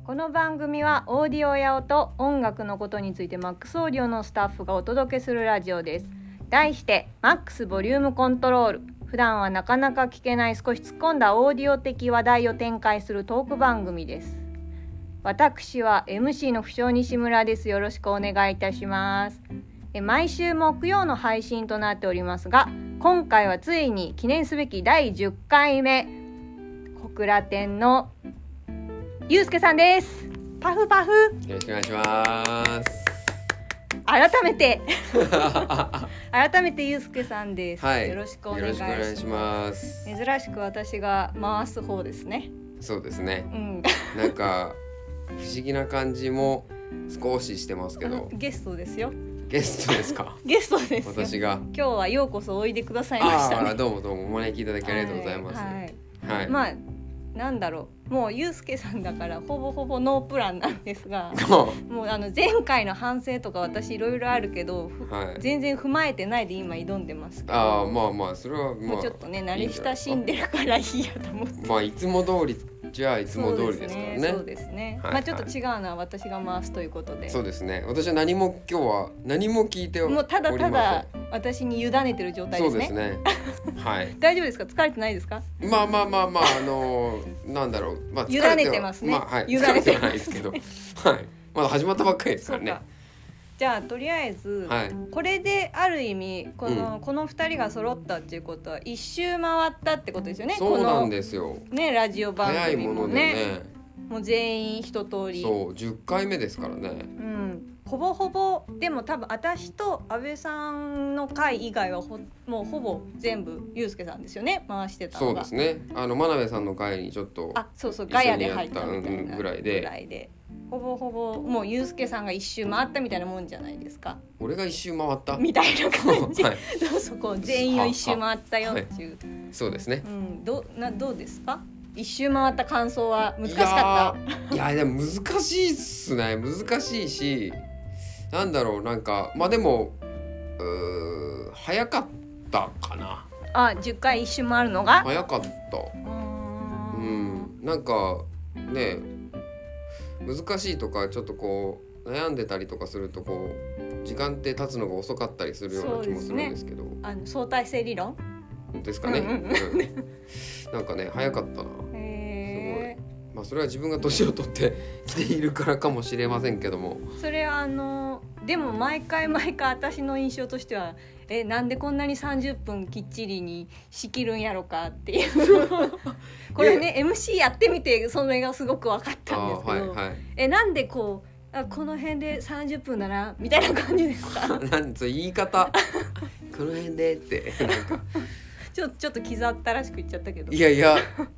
この番組はオーディオや音、音楽のことについてマックスオーディオのスタッフがお届けするラジオです。題してマックスボリュームコントロール。普段はなかなか聞けない少し突っ込んだオーディオ的話題を展開するトーク番組です。私は MC の不詳西村です。よろしくお願いいたします。毎週木曜の配信となっておりますが、今回はついに記念すべき第10回目小倉店のゆうすけさんです。パフパフ。 よろしくお願いします。 改めてゆうすけさんです、 はい、 よろしくお願いします。珍しく私が回す方ですね。 そうですね、なんか不思議な感じも少ししてますけどゲストですよ。 ゲストですか？ ゲストですよ。 私が今日はようこそおいでくださいましたね。 どうもお招きいただきありがとうございます。 はい、まあなんだろう、もうゆうすけさんだからほぼほぼノープランなんですがもう前回の反省とか私いろいろあるけど、全然踏まえてないで今挑んでますけど、 まあそれはもうちょっとね慣れ親しんでるからいいやと思って、 いつも通りじゃあいつも通りですからね。 そうですね、ちょっと違うのは私が回すということで。 そうですね、私は今日は何も聞いておりません。 もうただ私に委ねてる状態ですね。 そうですねはい。 大丈夫ですか？疲れてないですか？ なんだろう、 委ねてますね。 委ねてないですけどはい、まだ始まったばっかりですからね。 じゃあとりあえず、これである意味この2人が揃ったっていうことは一周回ったってことですよね。 そうなんですよね、ラジオ番組もね、 早いものでね、 もう全員一通り、 そう10回目ですからね。 ほぼほぼでも多分私と安倍さんの回以外はもうほぼ全部ゆうすけさんですよね、回してたのが。 そうですね、真鍋さんの回にちょっとガヤで入ったみたいなぐらいでほぼほぼもうゆうすけさんが一周回ったみたいなもんじゃないですか。 俺が一周回ったみたいな感じ、そこ全員を一周回ったよっていう、 そうですね、 どうですか？一周回った感想は難しかった？ いやでも難しいっすね。難しいし、なんだろう、なんかでも早かったかな。 10回一周回るのが早かった。なんかね、難しいとかちょっとこう悩んでたりとかするとこう時間って経つのが遅かったりするような気もするんですけど、 相対性理論ですかね。なんかね早かったな。それは自分が年を取ってきているからかもしれませんけども、 それでも毎回私の印象としてはなんでこんなに30分きっちりに仕切るんやろかっていうこれねMC やってみてそれがすごく分かったんですけど、なんでこの辺で30分だなみたいな感じですか？ なんそれ言い方この辺でってなんかちょっと気ざったらしく言っちゃったけど、 いや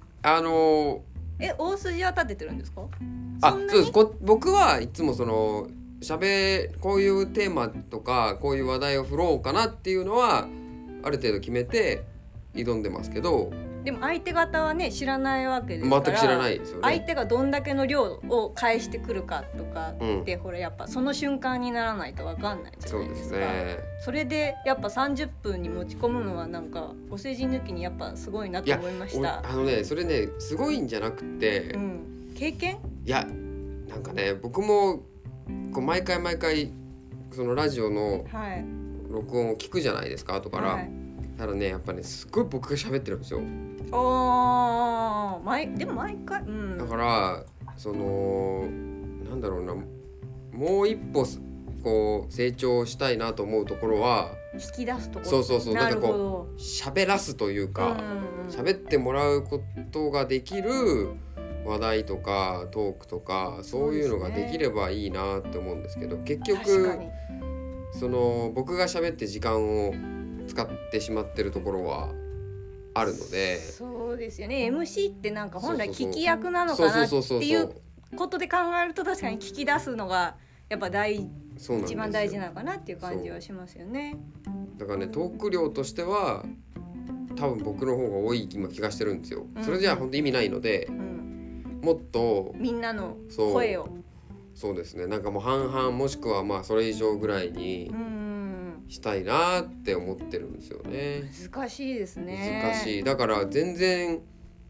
大筋は立ててるんですか？ そうです。僕はいつもこういうテーマとかこういう話題を振ろうかなっていうのはある程度決めて挑んでますけど、でも相手方はね知らないわけですから、 全く知らないですよね。 相手がどんだけの量を返してくるかとかって、ほらやっぱその瞬間にならないと分かんないじゃないですか。そうですね。それでやっぱ30分に持ち込むのはなんかお世辞抜きにやっぱすごいなと思いました。 それねすごいんじゃなくて、 経験？ いやなんかね、僕もこう毎回そのラジオの録音を聞くじゃないですか、後から。ただねやっぱねすごい僕が喋ってるんですよ。でも毎回、だからなんだろうな、もう一歩こう成長したいなと思うところは引き出すところ。 そうなんかこう喋らすというか、喋ってもらうことができる話題とかトークとかそういうのができればいいなって思うんですけど、結局僕が喋って時間を使ってしまってるところはあるので。 そうですよね。 MC ってなんか本来聞き役なのかなっていうことで考えると確かに聞き出すのがやっぱ一番大事なのかなっていう感じはしますよね。 だからねトーク量としては多分僕の方が多い今気がしてるんですよ。それじゃ本当意味ないので、もっとみんなの声をそうですね、なんかもう半々もしくはそれ以上ぐらいにしたいなって思ってるんですよね。 難しいですね。 難しい。だから全然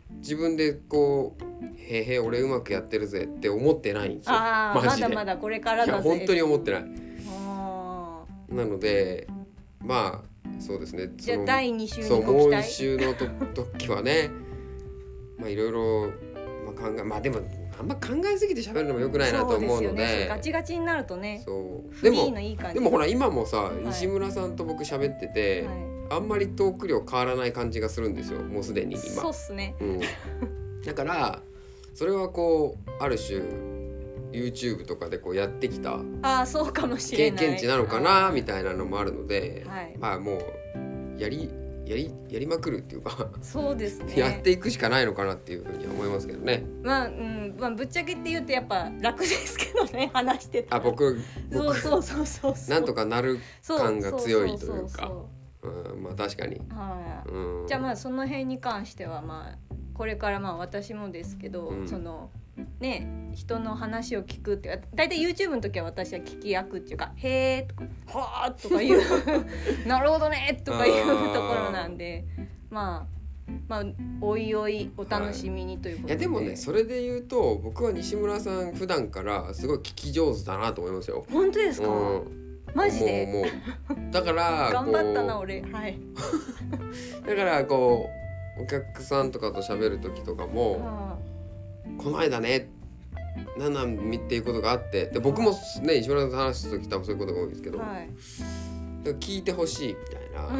自分でこうへへ俺うまくやってるぜって思ってないんですよ。 マジでまだまだこれからだぜ。 いや本当に思ってない。なのでまあそうですね。 じゃあ第2週にそうもう1週の時はねまあいろいろ考えでもあんま考えすぎて喋るのも良くないなと思うので、 ガチガチになるとね。 そうフリーのいい感じ。 でもほら今もさ、西村さんと僕喋ってて、あんまりトーク量変わらない感じがするんですよ。もうすでに今。 そうっすね。 だからそれはこうある種 YouTube とかでこうやってきたそうかもしれない経験値なのかなみたいなのもあるので、 まあもうやりまくるっていうかそうですねやっていくしかないのかなっていうふうに思いますけどね。 まあぶっちゃけって言うとやっぱ楽ですけどね話してたら。 僕そうなんとかなる感が強いというかまあ確かに、 じゃあまあその辺に関してはまあこれからまあ私もですけど、そのね人の話を聞くってだいたい YouTube の時は私は聞き役っていうかへーとかはーとか言うなるほどねとかいうところなんでまあおいおいお楽しみにということで、 いやでもねそれで言うと僕は西村さん普段からすごい聞き上手だなと思いますよ。 本当ですか？マジでもうだから頑張ったな俺だからこうお客さんとかと喋る時とかもこの間ねなんっていうことがあってで僕もね石村さんと話す時多分そういうことが多いですけど、聞いてほしいみたいな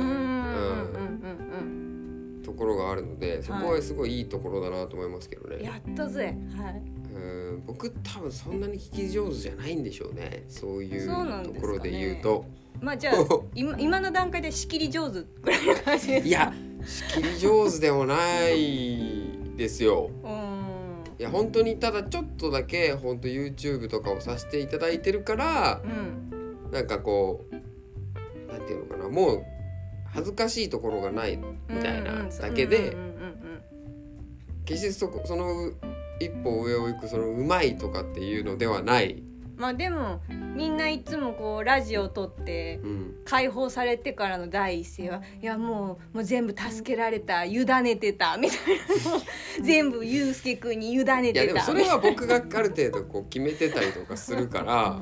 ところがあるのでそこはすごいいいところだなと思いますけどね。 やったぜ。 僕多分そんなに聞き上手じゃないんでしょうね。そういうところで言うとまあじゃあ今の段階で仕切り上手ぐらいの感じですか？ いや仕切り上手でもないですよ。いや本当にただちょっとだけ本当 YouTube とかをさせていただいてるから、なんかこうなんていうのかなもう恥ずかしいところがないみたいなだけで決してその一歩上を行くそのうまいとかっていうのではない。 まあでもみんないつもこうラジオを撮って解放されてからの第一声はいやもう全部助けられた委ねてたみたいなの全部ゆうすけくんに委ねてた。いやでもそれは僕がある程度こう決めてたりとかするから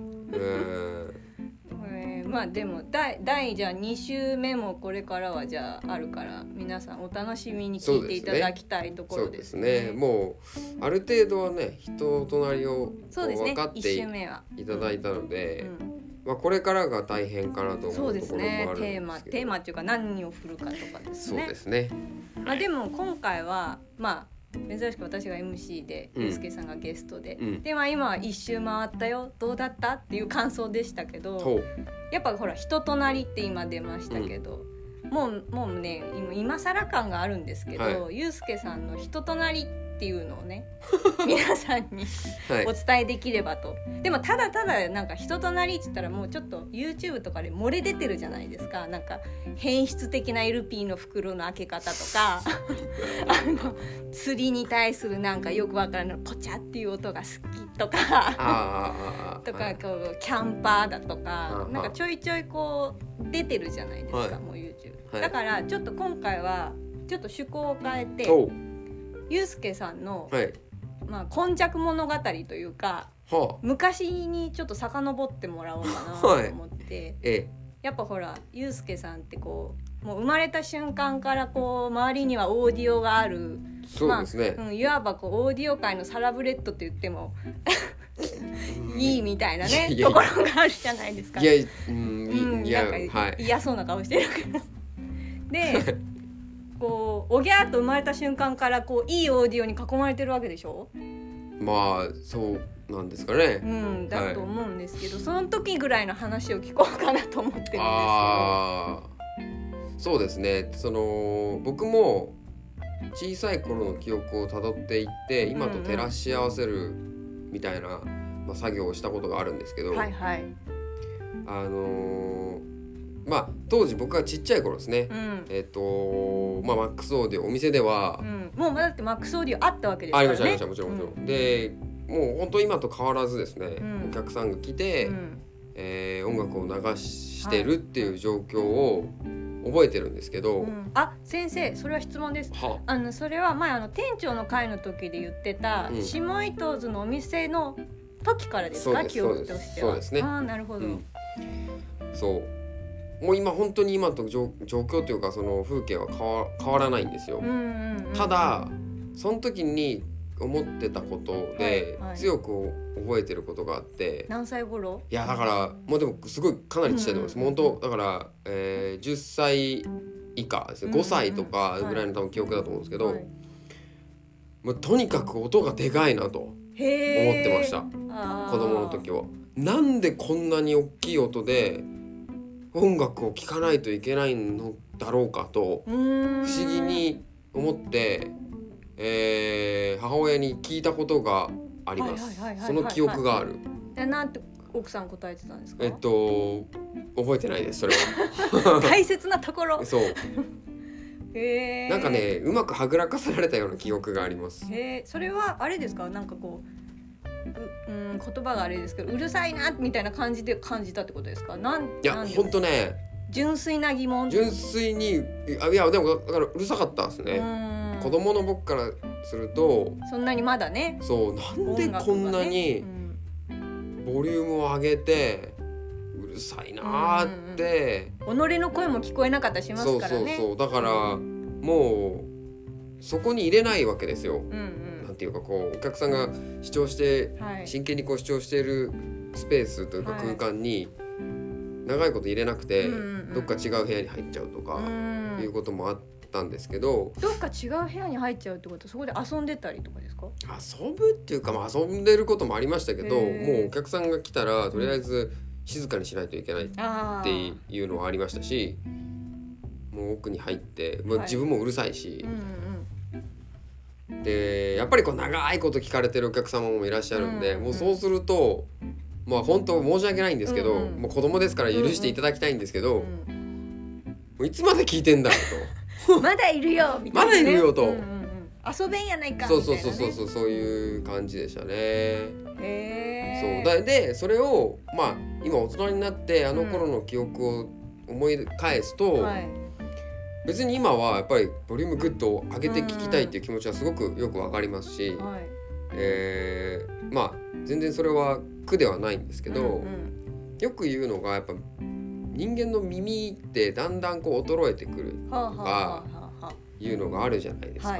まあでも第じゃあ2週目もこれからはじゃああるから皆さんお楽しみに聞いていただきたいところですね。 そうですね。もうある程度はね人となりを分かっていただいたので、まあこれからが大変かなと思うところもあるんですけど。そうですね。テーマっていうか何を振るかとかですね。 そうですね。 まあでも今回はまあ珍しく私が MC でゆうすけさんがゲストで、でまあ今は一周回ったよどうだったっていう感想でしたけど、やっぱほら人となりって今出ましたけど、もうね今更感があるんですけど、ゆうすけさんの人となりっていうのをね皆さんにお伝えできればと。でもただなんか人となりって言ったらもうちょっと YouTube とかで漏れ出てるじゃないですか。なんか変質的な LP の袋の開け方とか釣りに対するなんかよくわからないポチャっていう音が好きとかとかこうキャンパーだとかなんかちょいちょいこう出てるじゃないですか、もう YouTube、だからちょっと今回はちょっと趣向を変えてゆうすけさんの、まあ今昔物語というか、昔にちょっと遡ってもらおうかなと思って、やっぱほらゆうすけさんってこうもう生まれた瞬間からこう周りにはオーディオがある、 そうですね、 いわばこうオーディオ界のサラブレッドと言ってもいいみたいなねところがあるじゃないですか。なんか嫌そうな顔してるけどでこうおぎゃーっと生まれた瞬間からこういいオーディオに囲まれてるわけでしょ。 まあそうなんですかね。 だと思うんですけど、その時ぐらいの話を聞こうかなと思ってるんですけど。 そうですね。僕も小さい頃の記憶をたどっていって今と照らし合わせるみたいな、作業をしたことがあるんですけど、まあ当時僕がちっちゃい頃ですね、マックスオーディオお店では、 もうだってマックスオーディオあったわけですからね。 ありましたもちろん、でもう本当今と変わらずですね、お客さんが来て、音楽を流してるっていう状況を覚えてるんですけど、 あ、先生それは質問です。それは前店長の会の時で言ってた、下糸津のお店の時からですか？記憶としては。 そうですね。 あ、なるほど、 そうもう今本当に今と状況というかその風景は変わらないんですよ。ただその時に思ってたことで強く覚えてることがあって、 何歳頃？ いやだからもうでもすごいかなりちっちゃいと思います。本当だから、10歳以下ですね、5歳とかぐらいの多分記憶だと思うんですけど、もうとにかく音がでかいなと思ってました。子供の時はなんでこんなに大きい音で音楽を聴かないといけないのだろうかと不思議に思って、母親に聞いたことがあります。その記憶がある。 なんて奥さん答えてたんですか？ 覚えてないです。それは大切なところ。 そうなんかね、うまくはぐらかされたような記憶があります。 それはあれですか？なんかこう言葉があれですけど、うるさいなみたいな感じで感じたってことですか？いや本当ね、 純粋な疑問。 純粋にいやでもだからうるさかったですね。子供の僕からするとそんなにまだね。 そうなんでこんなにボリュームを上げてうるさいなって、 己の声も聞こえなかったりしますからね。 そうだからもうそこに入れないわけですよ。なんていうかこうお客さんが視聴して、真剣にこう視聴しているスペースというか空間に長いこと入れなくて、どっか違う部屋に入っちゃうとかいうこともあったんですけど、 どっか違う部屋に入っちゃうってことはそこで遊んでたりとかですか？ 遊ぶっていうか、遊んでることもありましたけど、もうお客さんが来たらとりあえず静かにしないといけないっていうのはありましたし、もう奥に入って、自分もうるさいし、でやっぱりこう長いこと聞かれてるお客様もいらっしゃるんで、もうそうすると本当申し訳ないんですけど、もう子供ですから許していただきたいんですけど、もういつまで聞いてんだとまだいるよみたいな、 まだいるよと、 遊べんやないかみたいな、 そういう感じでしたね。そうでそれを今大人になってあの頃の記憶を思い返すと、別に今はやっぱりボリュームグッと上げて聞きたいっていう気持ちはすごくよくわかりますし、全然それは苦ではないんですけど、よく言うのがやっぱ人間の耳ってだんだんこう衰えてくるとかいうのがあるじゃないですか。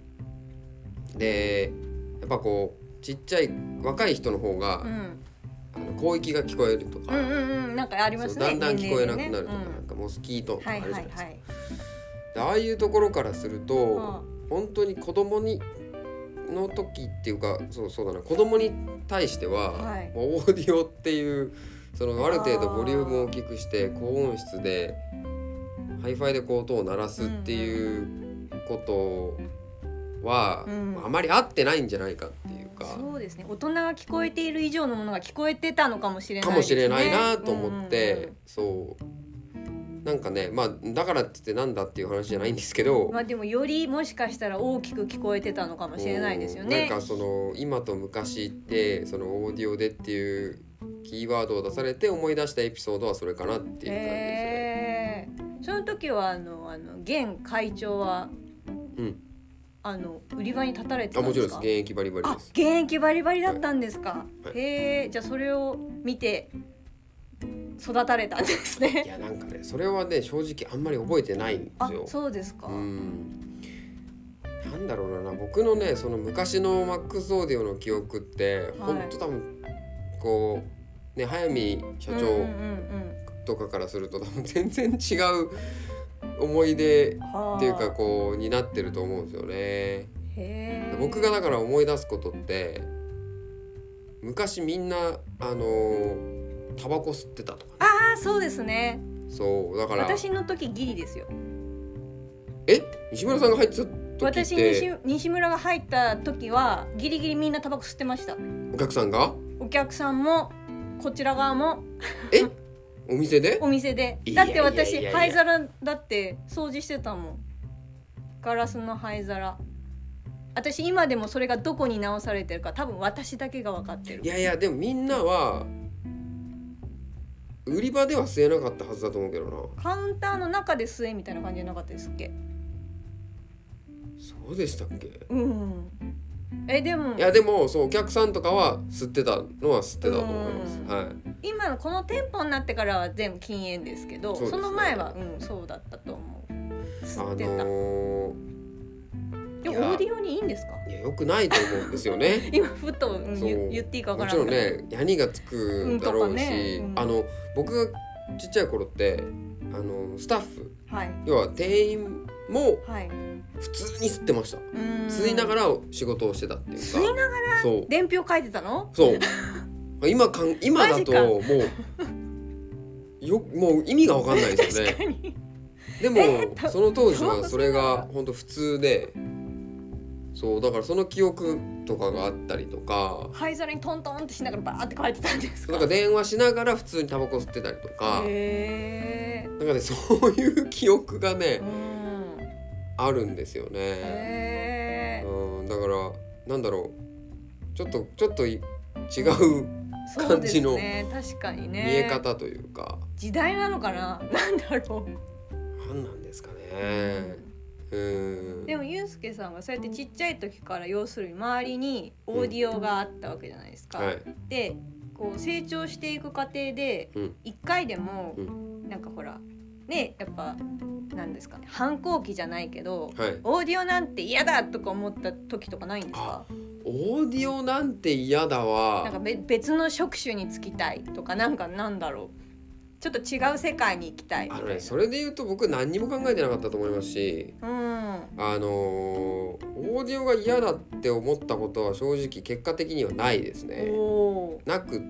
でやっぱこうちっちゃい若い人の方が、広域が聞こえるとか、 なんかありますね。 だんだん聞こえなくなるとか、なんかモスキートとかあるじゃないですか。でああいうところからすると、本当に子供の時っていうかそうだな、子供に対しては、オーディオっていうそのある程度ボリュームを大きくして高音質でハイファイでこう音を鳴らすっていうことは、あまり合ってないんじゃないかっていうか、 そうですね、大人が聞こえている以上のものが聞こえてたのかもしれないですね。 かもしれないなと思って、そうなんかね、だからって言ってなんだっていう話じゃないんですけど、 でもよりもしかしたら大きく聞こえてたのかもしれないですよね。 なんかその今と昔ってそのオーディオでっていうキーワードを出されて思い出したエピソードはそれかなっていう感じですね。 その時は現会長は、売り場に立たれてたんですか？ もちろんです。現役バリバリです。 現役バリバリだったんですか？じゃあそれを見て育たれたんですね。 いやなんかね、それはね正直あんまり覚えてないんですよ。 そうですか。 なんだろうな、僕のねその昔のマックスオーディオの記憶って本当多分こうね、早見社長とかからすると多分全然違う思い出っていうかこうになってると思うんですよね。僕がだから思い出すことって昔みんなタバコ吸ってたとか、ね、 そうですね。 そうだから私の時ギリですよ。 西村さんが入ってた時って私西村が入った時はギリギリみんなタバコ吸ってました。 お客さんが？お客さんもこちら側もお店で？ お店で。だって私灰皿だって掃除してたもん。ガラスの灰皿。私今でもそれがどこに直されてるか多分私だけが分かってる。 いやでもみんなは売り場では吸えなかったはずだと思うけどな。 カウンターの中で吸えみたいな感じじゃなかったですっけ？ そうでしたっけ？ でもいやでもそうお客さんとかは吸ってたのは吸ってたと思います、はい、 今のこの店舗になってからは全部禁煙ですけど、 その前は、そうだったと思う。吸ってた。でもオーディオにいいんですか？ いやよくないと思うんですよね今ふと、言っていいか分からん。 もちろんねヤニがつくだろうし、僕がちっちゃい頃ってスタッフ、要は店員も普通に吸ってました。吸いながら仕事をしてたっていうか。 吸いながら伝票書いてたの？ そう今だともう意味が分かんないですよねでもその当時はそれが本当普通で、そうだからその記憶とかがあったりとか、 灰皿にトントンってしながらバーって書いてたんですか？ なんか電話しながら普通にタバコ吸ってたりとか、なんかねそういう記憶がね、あるんですよね。だからなんだろう、ちょっと違う感じの見え方というか、 時代なのかな、なんだろう、 何なんですかね。 でもゆうすけさんがそうやってちっちゃい時から要するに周りにオーディオがあったわけじゃないですか、でこう成長していく過程で一回でもなんかほらね、やっぱなんですかね、反抗期じゃないけど、オーディオなんて嫌だとか思った時とかないんですか？ オーディオなんて嫌だわ、 なんか別の職種に就きたいとか、なんだろう、ちょっと違う世界に行きたいみたいな。 それで言うと僕何にも考えてなかったと思いますし、オーディオが嫌だって思ったことは正直結果的にはないですね。なくって、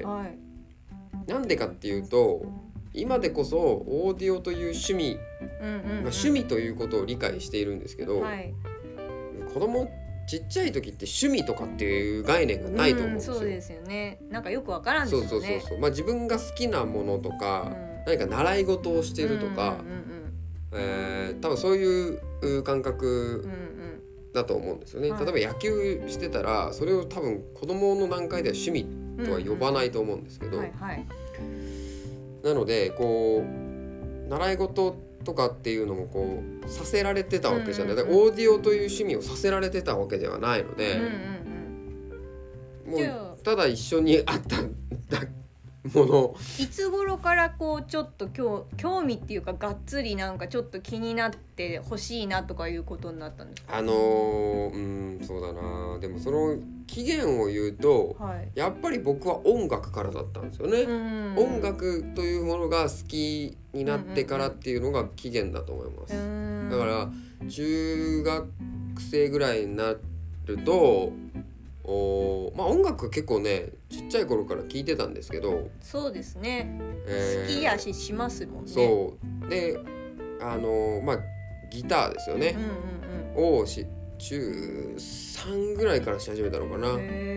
なんでかっていうと今でこそオーディオという趣味、趣味ということを理解しているんですけど、子供ちっちゃい時って趣味とかっていう概念がないと思うんですよ。 そうですよね。なんかよくわからんですよね。 そう、自分が好きなものとか、何か習い事をしているとか、多分そういう感覚だと思うんですよね。例えば野球してたらそれを多分子供の段階では趣味とは呼ばないと思うんですけど、なのでこう習い事とかっていうのもこうさせられてたわけじゃない、オーディオという趣味をさせられてたわけではないので、もうただ一緒にあったもの。 いつ頃からこうちょっと興味っていうかがっつりなんかちょっと気になって欲しいなとかいうことになったんですか？ そうだな、でもその起源を言うと、やっぱり僕は音楽からだったんですよね。音楽というものが好きになってからっていうのが起源だと思います。だから中学生ぐらいになると音楽は結構ねちっちゃい頃から聴いてたんですけど、 そうですね、好きやしますもんね。 そうでギターですよね、を中3ぐらいからし始めたのかな。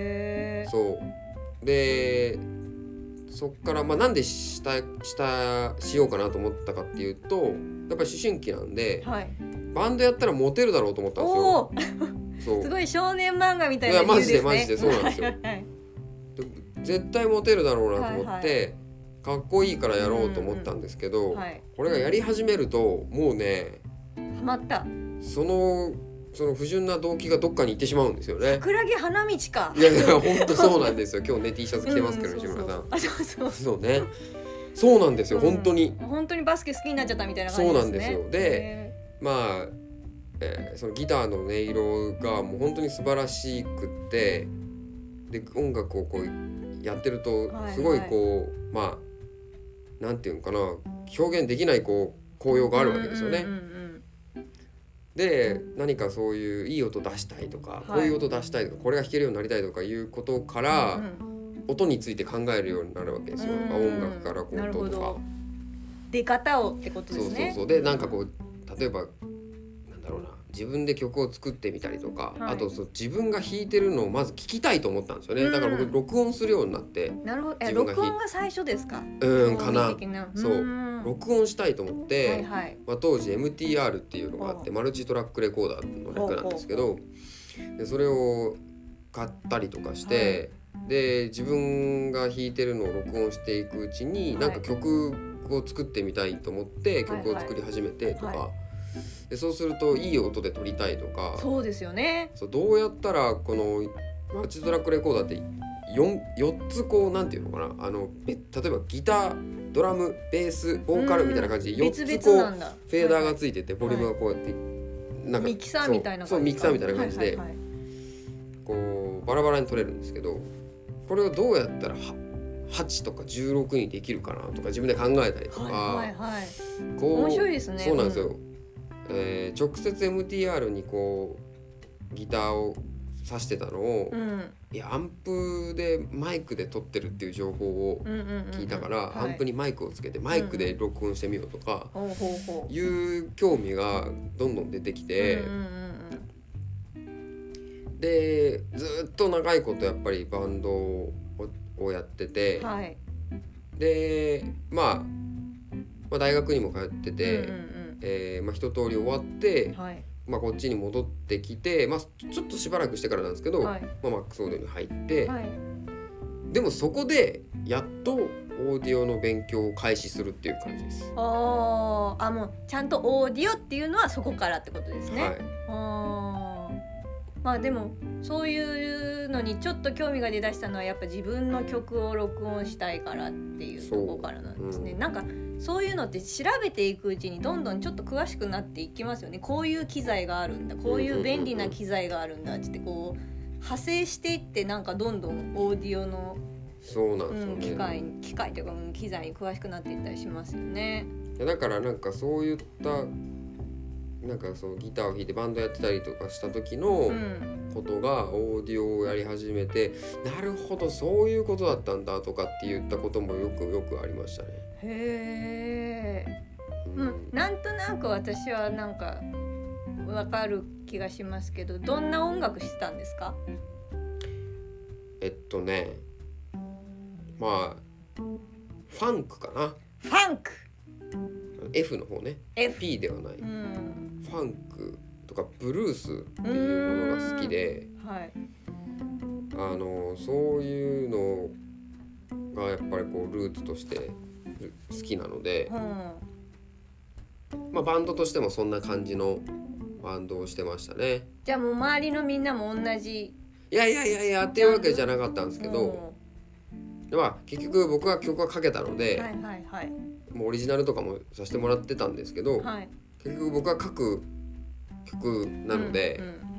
そうでそっからなんでしようかなと思ったかっていうと、やっぱり思春期なんで、バンドやったらモテるだろうと思ったんですよ。すごい少年漫画みたいな理由ですね。 マジでそうなんですよ絶対モテるだろうなと思って、かっこいいからやろうと思ったんですけど、これがやり始めるともうねハマった。 その不純な動機がどっかに行ってしまうんですよね。 桜木花道か。 いや本当そうなんですよ。今日ね T シャツ着てますけど、西村さん。そうね。そうなんですよ、本当にバスケ好きになっちゃったみたいな感じですね。 そうなんですよ。でそのギターの音色がもう本当に素晴らしくって、で音楽をこうやってるとすごいこう、なんていうのかな、表現できないこう高揚があるわけですよね。で何かそういういい音出したいとか、こういう音出したいとか、これが弾けるようになりたいとかいうことから、音について考えるようになるわけですよ。音楽からこう音とか出方をってことですね。 そうでなんかこう例えばなんだろうな、自分で曲を作ってみたりとか、あと自分が弾いてるのをまず聞きたいと思ったんですよね。だから僕録音するようになって。 なるほど。録音が最初ですか？ かな。そう録音したいと思って、当時 MTR っていうのがあって、マルチトラックレコーダーの略なんですけど、でそれを買ったりとかして、 で自分が弾いてるのを録音していくうちに、なんか曲を作ってみたいと思って曲を作り始めてとか、でそうするといい音で撮りたいとか、 そうですよね。 そうどうやったらこのマルチトラックレコーダーって 4つこうなんていうのかな、例えばギター、ドラム、ベース、ボーカルみたいな感じで4つこうフェーダーがついてて、ボリュームがこうやってなんかミキサーみたいな感じ、 そうミキサーみたいな感じでこうバラバラに撮れるんですけど、これをどうやったら8とか16にできるかなとか自分で考えたりとか、 こう面白いですね。 そうなんですよ、直接 MTR にこうギターを挿してたのを、いやアンプでマイクで撮ってるっていう情報を聞いたから、アンプにマイクをつけてマイクで録音してみようとかいう興味がどんどん出てきて、でずっと長いことやっぱりバンドをやってて、で、まあ大学にも通ってて、一通り終わって、こっちに戻ってきて、ちょっとしばらくしてからなんですけど、マックスオーディオに入って、でもそこでやっとオーディオの勉強を開始するっていう感じです。 もうちゃんとオーディオっていうのはそこからってことですね。でもそういうのにちょっと興味が出だしたのはやっぱ自分の曲を録音したいからっていうところからなんですね。なんかそういうのって調べていくうちにどんどんちょっと詳しくなっていきますよね。こういう機材があるんだ、こういう便利な機材があるんだってこう派生していって、なんかどんどんオーディオのそうなんですよね、 機械というか機材に詳しくなっていったりしますよね。 だからなんかそういったなんかそうギターを弾いてバンドやってたりとかした時のことがオーディオをやり始めて、なるほどそういうことだったんだとかって言ったこともよくありましたね。 へー、なんとなく私はなんか分かる気がしますけど、どんな音楽してたんですか？ ファンクかな。 ファンク F の方ね、P ではない、ファンクとかブルースっていうものが好きで、そういうのがやっぱりこうルーツとして好きなので、バンドとしてもそんな感じのバンドをしてましたね。 じゃあもう周りのみんなも同じ？ いやっていうわけじゃなかったんですけど、結局僕は曲は書けたので、もうオリジナルとかもさせてもらってたんですけど、結局僕は書く曲なので、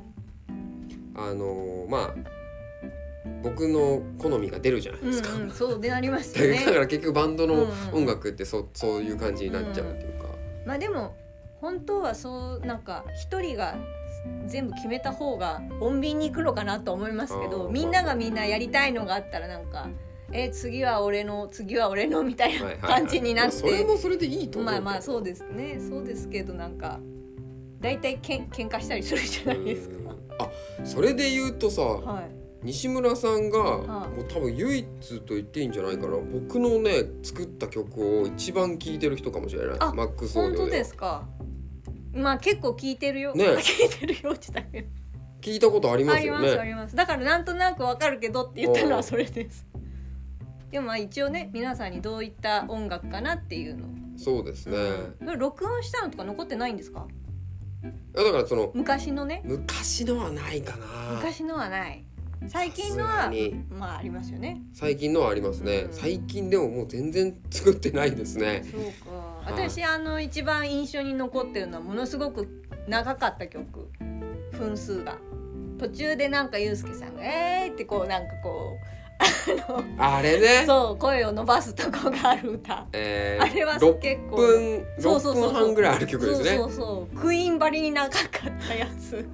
僕の好みが出るじゃないですか。 そうでなりますよね。 だから結局バンドの音楽ってそういう感じになっちゃうっていうか、 でも本当はそうなんか一人が全部決めた方が穏便にいくのかなと思いますけど、みんながみんなやりたいのがあったらなんか次は俺のみたいな感じになって、 それもそれでいいと思う。 そうですね、そうですけどなんかだいたい喧嘩したりするじゃないですか。 それで言うとさ、西村さんがもう多分唯一と言っていいんじゃないかな、僕のね作った曲を一番聴いてる人かもしれない。マックスオーディオで。本当ですか？結構聴いてるよ。聴いてるよって言ったけど。 聞いたことありますよね。 あります。だからなんとなくわかるけどって言ったのはそれです。でも一応ね、皆さんにどういった音楽かなっていうの。 そうですね。 録音したのとか残ってないんですか？ だからその昔のね。 昔のはないかな。 昔のはない。最近のはありますよね。 最近のはありますね。最近でももう全然作ってないですね。 そうか。私一番印象に残ってるのはものすごく長かった曲、分数が途中でなんかユースケさんがってこうなんかこうあれね、 そう声を伸ばすとこがある歌、あれは結構 6分半ぐらいある曲ですね。 そうクイーンばりに長かったやつ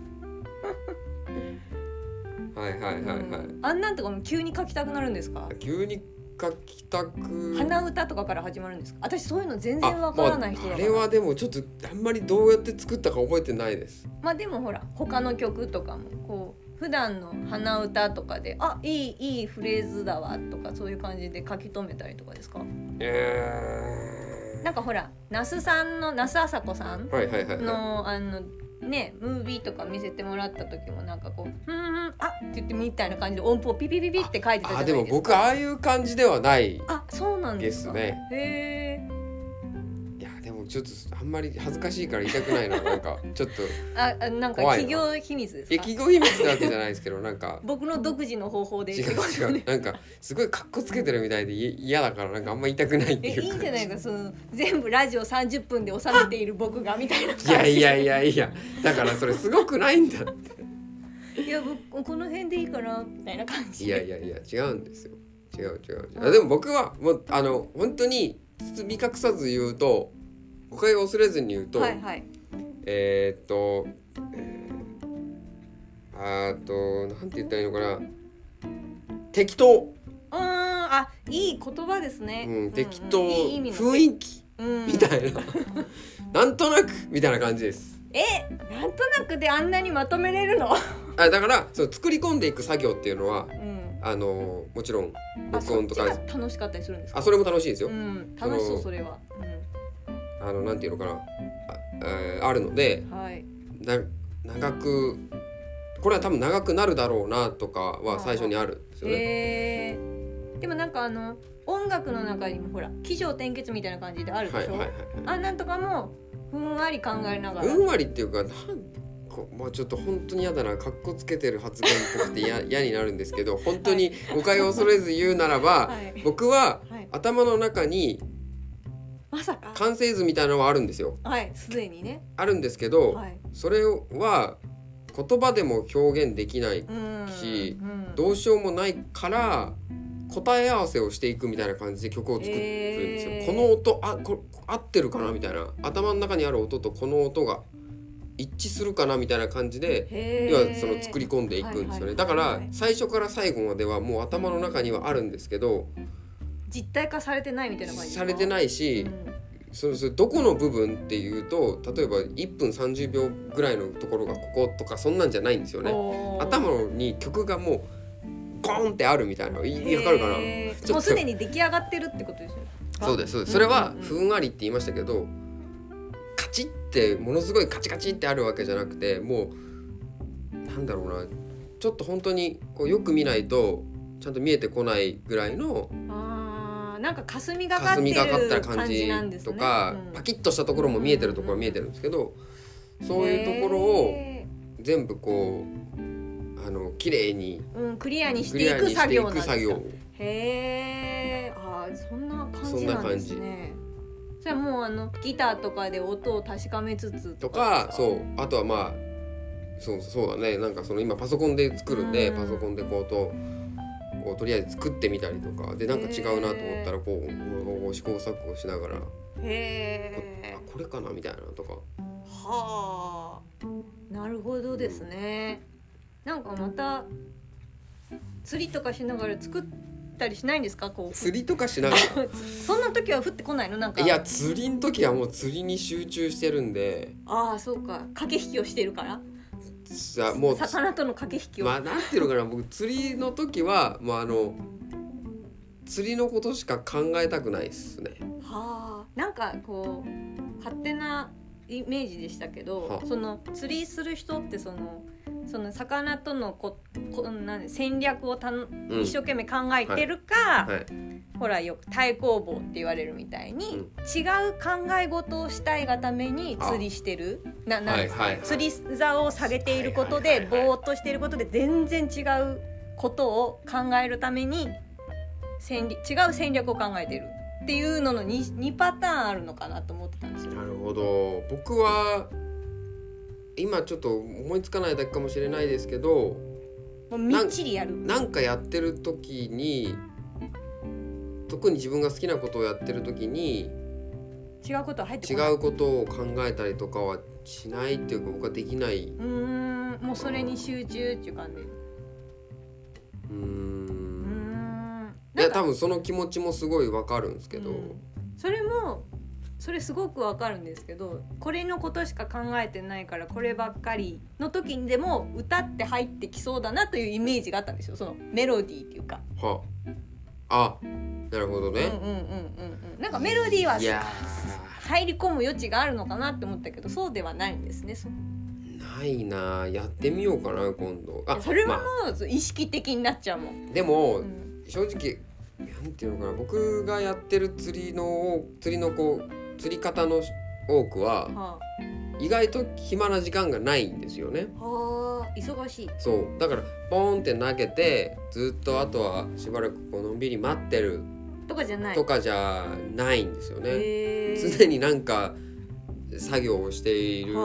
あんなんとかも急に書きたくなるんですか？急に書きたく、 鼻歌とかから始まるんですか？私そういうの全然わからない人だから。 あれはでもちょっとあんまりどうやって作ったか覚えてないです。 でもほら他の曲とかもこう普段の鼻歌とかでいいフレーズだわとかそういう感じで書き留めたりとかですか？なんかほら那須あさこさんのねムービーとか見せてもらった時もなんかこうあって言ってみたいな感じで音符をピピピピって書いてたじゃないですか。 でも僕ああいう感じではないそうなんでですか。 すね。 へー。 いやでもちょっとあんまり恥ずかしいから言いたくないな。なんかちょっとなんか企業秘密ですか。 企業秘密なわけじゃないですけどなんか僕の独自の方法で違うなんかすごいカッコつけてるみたいで嫌だからなんかあんま言いたくないっていうか。 いいんじゃないか、その全部ラジオ30分で収めている僕がみたいな感じ。 いやだからそれすごくないんだって。 いや僕この辺でいいかなみたいな感じ。 いや違うんですよ。違う。でも僕はもう本当に包み隠さず言うと誤解を恐れずに言うと、 はいはい、 なんて言ったらいいのかな、適当。 いい言葉ですね。 適当、雰囲気みたいななんとなくみたいな感じです。 なんとなくであんなにまとめれるのだからそう作り込んでいく作業っていうのは、もちろん録音とか楽しかったりするんですか。 それも楽しいですよ。 楽しそう。それは、 なんていうのかな、あるので、 はい、 長くこれは多分長くなるだろうなとかは最初にあるんですよね。 でもなんか音楽の中にもほら起承転結みたいな感じであるでしょ。なんとかもふんわり考えながら、 ふんわりっていうかもうちょっと本当に嫌だな、かっこつけてる発言っぽくて嫌になるんですけど本当に誤解を恐れず言うならば、僕は頭の中にまさか完成図みたいなのはあるんですよ。 すでにねあるんですけど、それは言葉でも表現できないし、どうしようもないから答え合わせをしていくみたいな感じで曲を作るんですよ。この音合ってるかなみたいな、頭の中にある音とこの音が一致するかなみたいな感じで要はその作り込んでいくんですよね。だから最初から最後まではもう頭の中にはあるんですけど実体化されてないみたいな感じされてないし、それどこの部分っていうと例えば1分30秒ぐらいのところがこことかそんなんじゃないんですよね。頭に曲がもうゴーンってあるみたいな、わかるかな。 もうすでに出来上がってるってことですよ。 そうです。それはふんわりって言いましたけど、カチッってものすごいカチカチってあるわけじゃなくて、もうなんだろうな、ちょっと本当にこうよく見ないとちゃんと見えてこないぐらいのなんか霞がかってる感じなんですね。 とか、パキッとしたところも見えてるところは見えてるんですけど、そういうところを全部こう綺麗に、 クリアにしていく作業なんですか。そんな感じなんですね。じゃあもうギターとかで音を確かめつつとかあとはそうだね、なんか今パソコンで作るんで、パソコンでこう音をとりあえず作ってみたりとかで、なんか違うなと思ったらこう試行錯誤しながらこれかなみたいなとか。 なるほどですね。なんかまた釣りとかしながら作ったりしないんですか。 釣りとかしながらそんな時は降ってこないの。なんかいや釣りの時はもう釣りに集中してるんで。 そうか、駆け引きをしてるからもう魚との駆け引きをなんていうのかな、僕釣りの時はもう釣りのことしか考えたくないですね。 なんかこう勝手なイメージでしたけど、その釣りする人ってその魚との戦略を一生懸命考えてるか、ほらよく対抗棒って言われるみたいに、違う考え事をしたいがために釣りしてる釣り竿を下げていることで、ぼーっとしていることで全然違うことを考えるために違う戦略を考えてるっていうのの 2パターンあるのかなと思ってたんですよ。 なるほど。僕は今ちょっと思いつかないだけかもしれないですけど、 もうみっちりやる。 なんかやってる時に、特に自分が好きなことをやってる時に違うことは入ってこない。 違うことを考えたりとかはしないっていうか、僕はできない。 もうそれに集中っていう感じ。 いや多分その気持ちもすごいわかるんですけど、 それすごくわかるんですけど、これのことしか考えてないからこればっかりの時にでも歌って入ってきそうだなというイメージがあったんですよ。そのメロディーっていうか。 なるほどね。 なんかメロディーは入り込む余地があるのかなって思ったけど、そうではないんですね。 ないな、やってみようかな今度。 それはもう意識的になっちゃうもん。 でも、正直なんていうのかな、僕がやってる釣りのこう釣り方の多くは、意外と暇な時間がないんですよね。 忙しい。 そうだからポーンって投げてずっとあとはしばらくこうのんびり待ってるとかじゃないんですよね。常になんか作業をしている、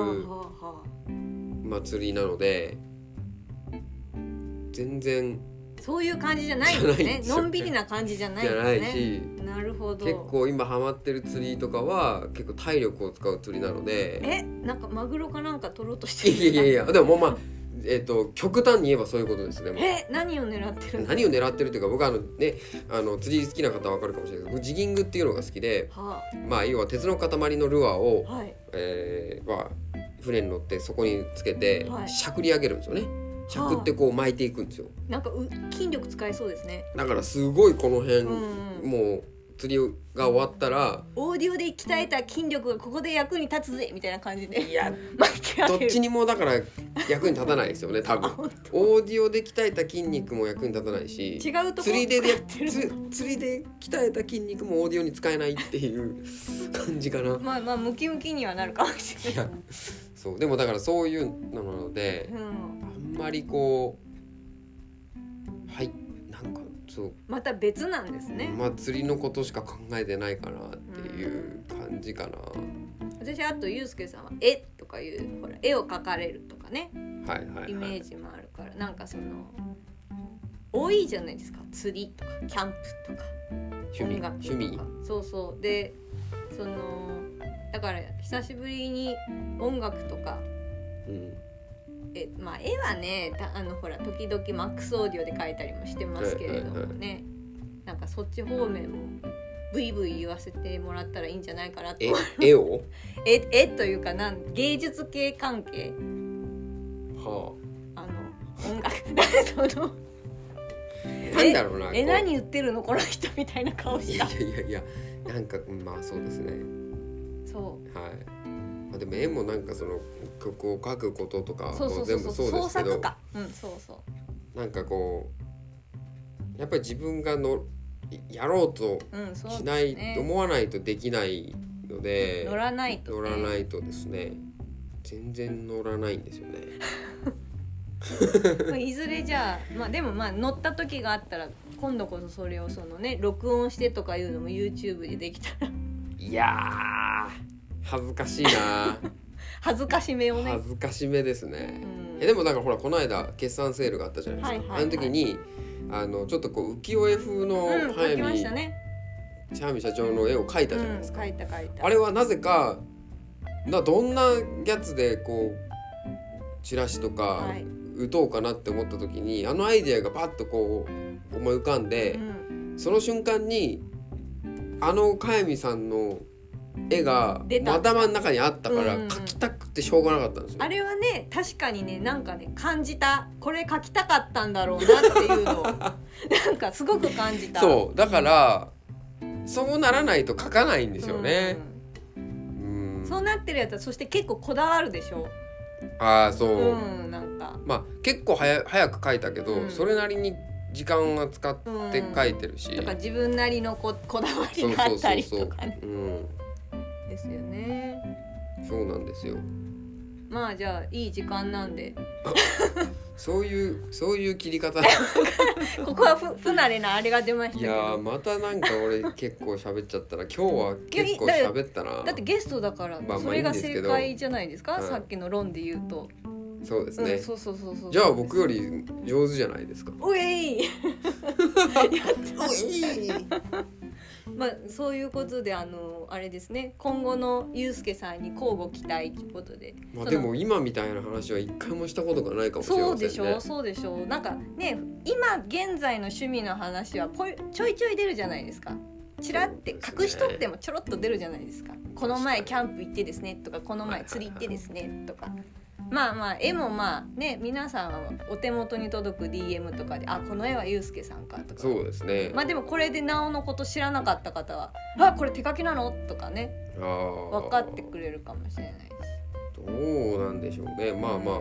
釣りなので全然そういう感じじゃないんですね。のんびりな感じじゃないんですね。なるほど。 結構今ハマってる釣りとかは結構体力を使う釣りなので。 なんかマグロかなんか取ろうとしてる。 いやでもまあ極端に言えばそういうことですね。 何を狙ってるの？ 何を狙ってるっていうか、僕は釣り好きな方は分かるかもしれないけど、ジギングっていうのが好きで、要は鉄の塊のルアーを、船に乗ってそこにつけてしゃくり上げるんですよね。しゃくってこう巻いていくんですよ。 なんか筋力使えそうですね。 だからすごいこの辺、もう釣りが終わったらオーディオで鍛えた筋力がここで役に立つぜみたいな感じで。 いやどっちにもだから役に立たないですよね多分。オーディオで鍛えた筋肉も役に立たないし、 違うとこ釣りで鍛えた筋肉もオーディオに使えないっていう感じかな。 ムキムキにはなるかもしれない。 そうでもだからそういうのなので、あんまりこうなんかそうまた別なんですね。 釣りのことしか考えてないかなっていう感じかな。 私あとゆうすけさんは絵とかいうほら絵を描かれるとかね、イメージもあるから、なんかその多いじゃないですか、釣りとかキャンプとか音楽とか。そうでそのだから久しぶりに音楽とか、絵はねほら時々マックスオーディオで描いたりもしてますけれどもね、なんかそっち方面もブイブイ言わせてもらったらいいんじゃないかなと。 絵を絵というか芸術系関係、音楽そのなんだろうな、 何言ってるのこの人みたいな顔した。 いやなんかそうですね。でも絵もなんかその曲を書くこととかも全部そうですけど、なんかこうやっぱり自分がやろうとしない、思わないとできないので、 乗らないとですね、全然乗らないんですよね。 いずれじゃあでも乗った時があったら今度こそそれを録音してとかいうのも YouTube でできたら。 いや恥ずかしいな。 恥ずかしめをね。 恥ずかしめですね。でもだからほらこの間決算セールがあったじゃないですか。あの時にちょっとこう浮世絵風の早見社長の絵を描いたじゃないですか。 描いた。 あれはなぜかどんなやつでこうチラシとか打とうかなって思った時に、アイデアがパッとこう思い浮かんで、その瞬間に早見さんの絵が頭の中にあったから描きたくてしょうがなかったんですよ。 あれはね確かにね、なんかね感じた、これ描きたかったんだろうなっていうのをなんかすごく感じた。 そうだからそうならないと描かないんですよね。 そうなってるやつはそして結構こだわるでしょ。 そう、 なんか結構早く描いたけど、それなりに時間は使って描いてるし、 とか自分なりのこだわりがあったりとかね。ですよね。 そうなんですよ。 じゃあいい時間なんでそういう切り方ここは不慣れなあれが出ましたけど。 いやまたなんか俺結構喋っちゃったら今日は結構喋ったな。 だってゲストだから、それが正解じゃないですか、さっきの論で言うと。 そうですね。 そうじゃあ僕より上手じゃないですか。 おいそういうことであれですね、今後のゆうすけさんに交互期待ということで。 でも今みたいな話は一回もしたことがないかもしれませんね。 そうでしょなんかね、今現在の趣味の話はちょいちょい出るじゃないですか。チラって隠しとってもちょろっと出るじゃないですか。この前キャンプ行ってですねとか、この前釣り行ってですねとか。絵も皆さんはお手元に届く DM とかで、この絵はゆうすけさんかとか。 そうですね。 でもこれでなおのこと知らなかった方はこれ手書きなのとかね、分かってくれるかもしれないし。 どどうなんでしょうね。まあはい、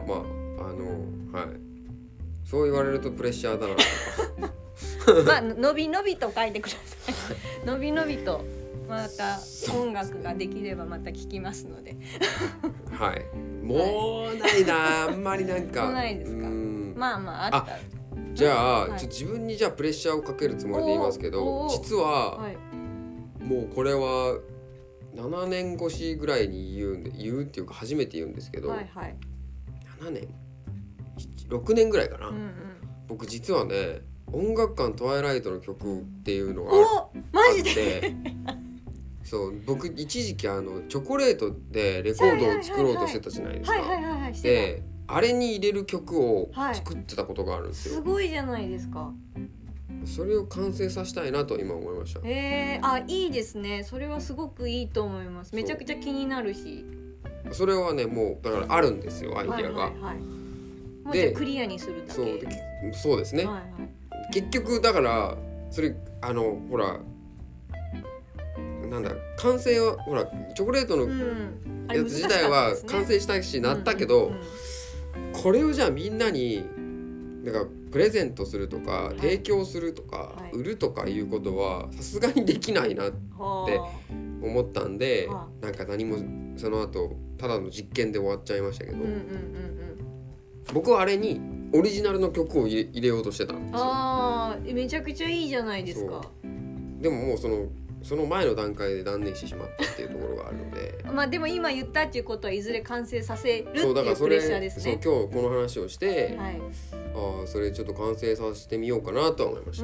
そう言われるとプレッシャーだなまあのびのびと書いてくださいのびのびとまた音楽ができればまた聴きますのではい、もうないな、あんまりなんかないですか。まああったらじゃあ、自分にじゃあプレッシャーをかけるつもりで言いますけど、実は、もうこれは7年越しぐらいに言うっていうか初めて言うんですけど、7年6年ぐらいかな、僕実はね音楽館トワイライトの曲っていうのがあってそう、僕一時期チョコレートでレコードを作ろうとしてたじゃないですか。であれに入れる曲を作ってたことがあるんですよ。 すごいじゃないですか。 それを完成させたいなと今思いました。 いいですね。それはすごくいいと思います。めちゃくちゃ気になるし、 それはねもうだからあるんですよ、アイディアが。 もうじゃあクリアにするだけ。 そうですね、結局だからそれほらなんだ完成はほらチョコレートのやつ自体は完成したしなったけど、これをじゃあみんなになんかプレゼントするとか提供するとか売るとかいうことはさすがにできないなって思ったんで、なんか何もその後ただの実験で終わっちゃいましたけど、僕はあれにオリジナルの曲を入れようとしてたんですよ。 めちゃくちゃいいじゃないですか。 でももうその前の段階で断念してしまったっていうところがあるのでまあでも今言ったっていうことはいずれ完成させるっていうプレッシャーですね。 今日この話をして、それちょっと完成させてみようかなとは思いました。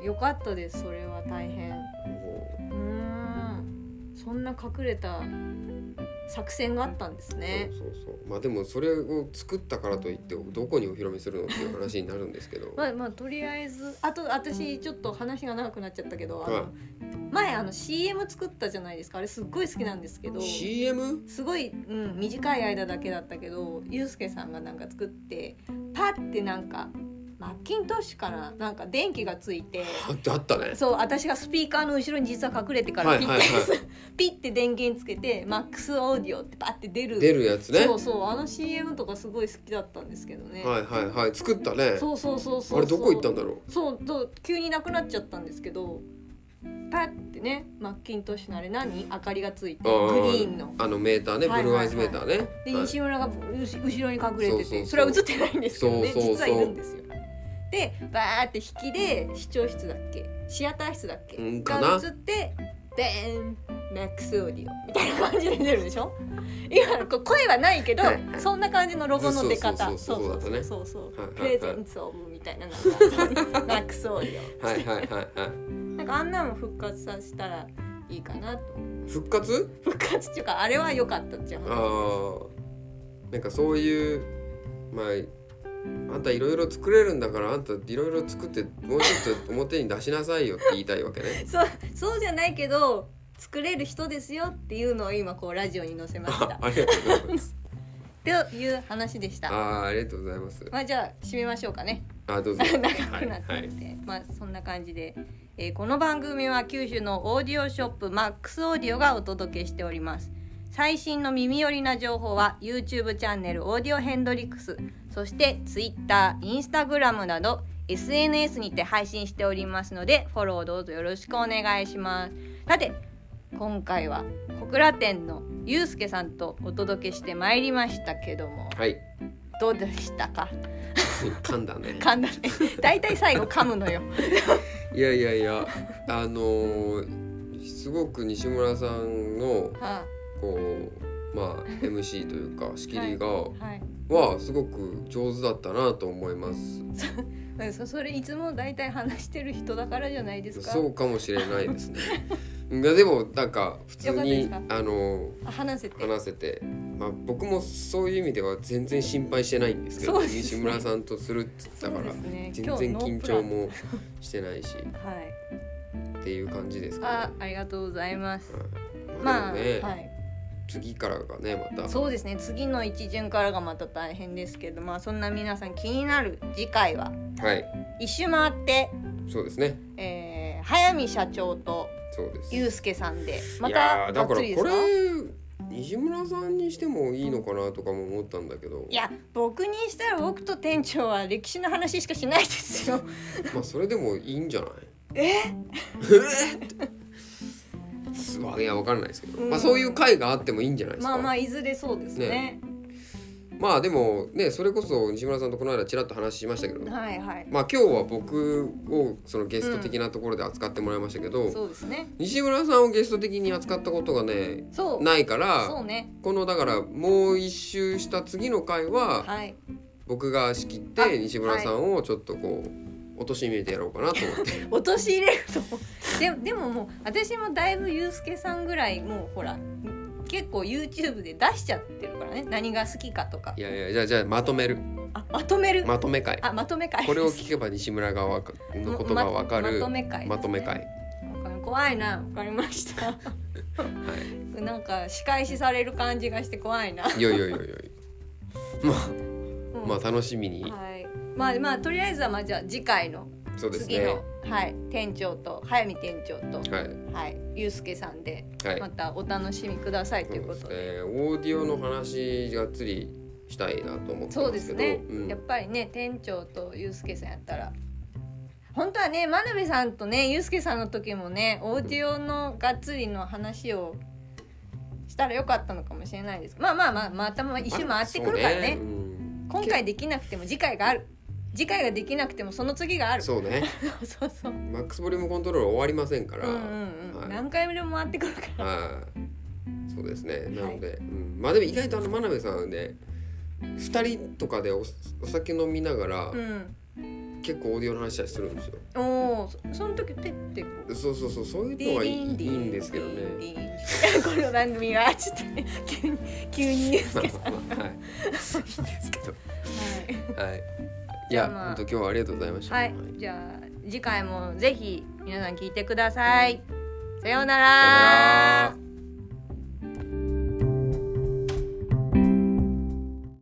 よかったです。それは大変。そんな隠れた作戦があったんですね。 まあでもそれを作ったからといってどこにお披露目するのっていう話になるんですけどまあとりあえず私ちょっと話が長くなっちゃったけど、前CM 作ったじゃないですか。あれすっごい好きなんですけど CM？ すごい、短い間だけだったけどゆうすけさんがなんか作ってパッてなんかマッキントッシュかな、なんか電気がついてあったね。 そう、私がスピーカーの後ろに実は隠れてからピッて電源つけてマックスオーディオってパッて出るやつね。 そうCM とかすごい好きだったんですけどね。 作ったね。 そうあれどこ行ったんだろう。急になくなっちゃったんですけど、パッてねマッキントッシュのあれ明かりがついてグリーンのメーターね、ブルーアイズメーターね。 で西村が後ろに隠れてて、それは映ってないんですけどね、実はいるんですよ。でバーって引きで視聴室だっけシアター室だっけが映ってベーンマックスオーディオみたいな感じで出るでしょ。今声はないけどそんなん感じのロゴの出方。そうプレゼンツオブみたいな、なんかマックスオーディオなんかあんなの復活させたらいいかなと。 復活っていうかあれは良かったっていう話。 なんかそういうあんたいろいろ作れるんだからあんたいろいろ作ってもうちょっと表に出しなさいよって言いたいわけね。 そうじゃないけど作れる人ですよっていうのを今こうラジオに載せました。 ありがとうございますという話でした。 ありがとうございます。 じゃあ締めましょうかね。 どうぞ。 長くなってて、そんな感じで、この番組は九州のオーディオショップマックスオーディオがお届けしております。最新の耳寄りな情報は YouTube チャンネルオーディオヘンドリックス、そして Twitter、Instagram など SNS にて配信しておりますのでフォローどうぞよろしくお願いします。さて今回は小倉店のゆうすけさんとお届けしてまいりましたけども、どうでしたか？ 噛んだね。 だいたい最後噛むのよ。 いやすごく西村さんのMC というか仕切りがはすごく上手だったなと思います。 それいつもだいたい話してる人だからじゃないですか。 そうかもしれないですね。でもなんか普通に話せて、僕もそういう意味では全然心配してないんですけど、西村さんとするって言ったから全然緊張もしてないし、っていう感じですかね。 ありがとうございます。 次からがねまたそうですね、次の一巡からがまた大変ですけど、そんな皆さん気になる次回は、一周回ってそうですね、 早見社長とゆうすけさんでまただからこれ2 西村さんにしてもいいのかなとかも思ったんだけど、 いや僕にしたら僕と店長は歴史の話しかしないですよまあそれでもいいんじゃない？いや分かんないですけど、まあそういう会があってもいいんじゃないですか。 まあまあいずれそうですね。 まあでもね、それこそ西村さんとこの間ちらっと話しましたけど、 はいはい、 まあ今日は僕をそのゲスト的なところで扱ってもらいましたけど、 そうですね、 西村さんをゲスト的に扱ったことがねないから、 そうね、 このだからもう一周した次の回は、 はい、 僕が仕切って西村さんをちょっとこう陥れてやろうかなと思って陥れるとでももう私もだいぶゆうすけさんぐらいもうほら結構 YouTube で出しちゃってるからね、何が好きかとか。 いやいや、じゃあまとめる。 まとめる。 まとめ会。 まとめ会。 これを聞けば西村がのことがわかる。 まとめ会、ね。 まとめ会。 怖いな、わかりました。はい。なんか仕返しされる感じがして怖いな。 いや。まあ楽しみに。 はい。まあとりあえずはじゃあ次回の。 そうですね、 次の、はい、店長と早見店長と、 はいはい、ゆうすけさんで、 はい、 またお楽しみくださいということで、 オーディオの話がっつりしたいなと思ってますけど、 そうですね、やっぱりね店長とゆうすけさんやったら本当はね真鍋さんとねゆうすけさんの時もねオーディオのがっつりの話をしたらよかったのかもしれないです。また一周回ってくるからね、今回できなくても次回がある、次回ができなくてもその次がある。 そうねそうマックスボリュームコントロール終わりませんから、はい、 何回でも回ってくるから、 そうですね。なので、まあでも意外と真鍋さんね2人とかで お酒飲みながら、結構オーディオの話したりするんですよ。 その時ペッてこうそういうのがいいんですけどね。 この番組はちょっとね急に言うんですけど、 はい、いいですけど、はい。いや、本当今日はありがとうございました。 はい、じゃあ次回もぜひ皆さん聞いてください。さようなら。